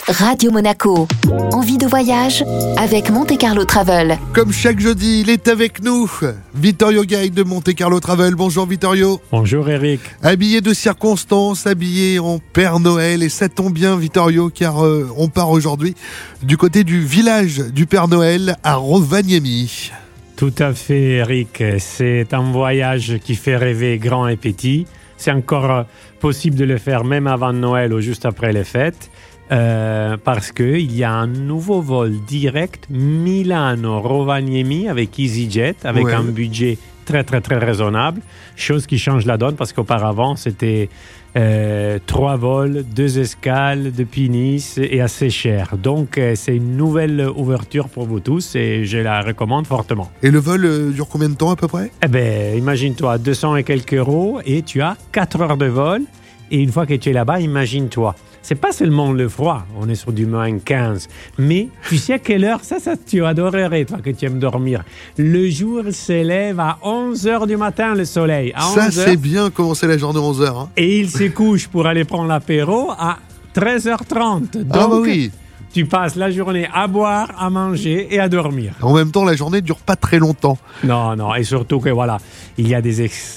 Radio Monaco. Envie de voyage avec Monte Carlo Travel. Comme chaque jeudi, il est avec nous. Vittorio Guide de Monte Carlo Travel. Bonjour Vittorio. Bonjour Eric. Habillé de circonstance, habillé en Père Noël. Et ça tombe bien Vittorio, car on part aujourd'hui du côté du village du Père Noël à Rovaniemi. Tout à fait Eric. C'est un voyage qui fait rêver grand et petit. C'est encore possible de le faire même avant Noël ou juste après les fêtes. Parce qu'il y a un nouveau vol direct Milano-Rovaniemi avec EasyJet, avec un budget très très très raisonnable, chose qui change la donne parce qu'auparavant c'était 3 vols, 2 escales depuis Nice et assez cher. Donc c'est une nouvelle ouverture pour vous tous et je la recommande fortement. Et le vol dure combien de temps à peu près ? Imagine-toi 200 et quelques euros et tu as 4 heures de vol. Et une fois que tu es là-bas, imagine-toi, c'est pas seulement le froid, on est sur du moins 15, mais tu sais à quelle heure, ça tu adorerais, toi, que tu aimes dormir. Le jour se lève à 11h du matin, le soleil. Ça, c'est bien commencer la journée à 11h. Hein. Et il se couche pour aller prendre l'apéro à 13h30. Donc, tu passes la journée à boire, à manger et à dormir. En même temps, la journée ne dure pas très longtemps. Non, et surtout que voilà, il y a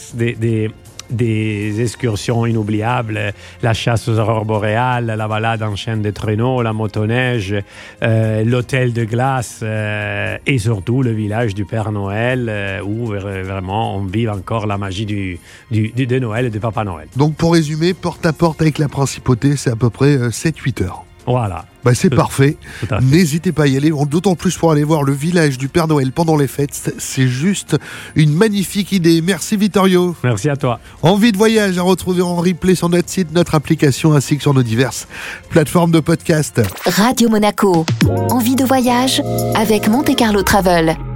des excursions inoubliables, la chasse aux aurores boréales, la balade en chaîne de traîneaux, la motoneige, l'hôtel de glace et surtout le village du Père Noël où vraiment on vit encore la magie de Noël et de Papa Noël. Donc pour résumer, porte à porte avec la principauté, c'est à peu près 7-8 heures. Voilà. C'est parfait. N'hésitez pas à y aller, d'autant plus pour aller voir le village du Père Noël pendant les fêtes. C'est juste une magnifique idée. Merci Vittorio. Merci à toi. Envie de voyage à retrouver en replay sur notre site, notre application ainsi que sur nos diverses plateformes de podcast. Radio Monaco. Envie de voyage avec Monte Carlo Travel.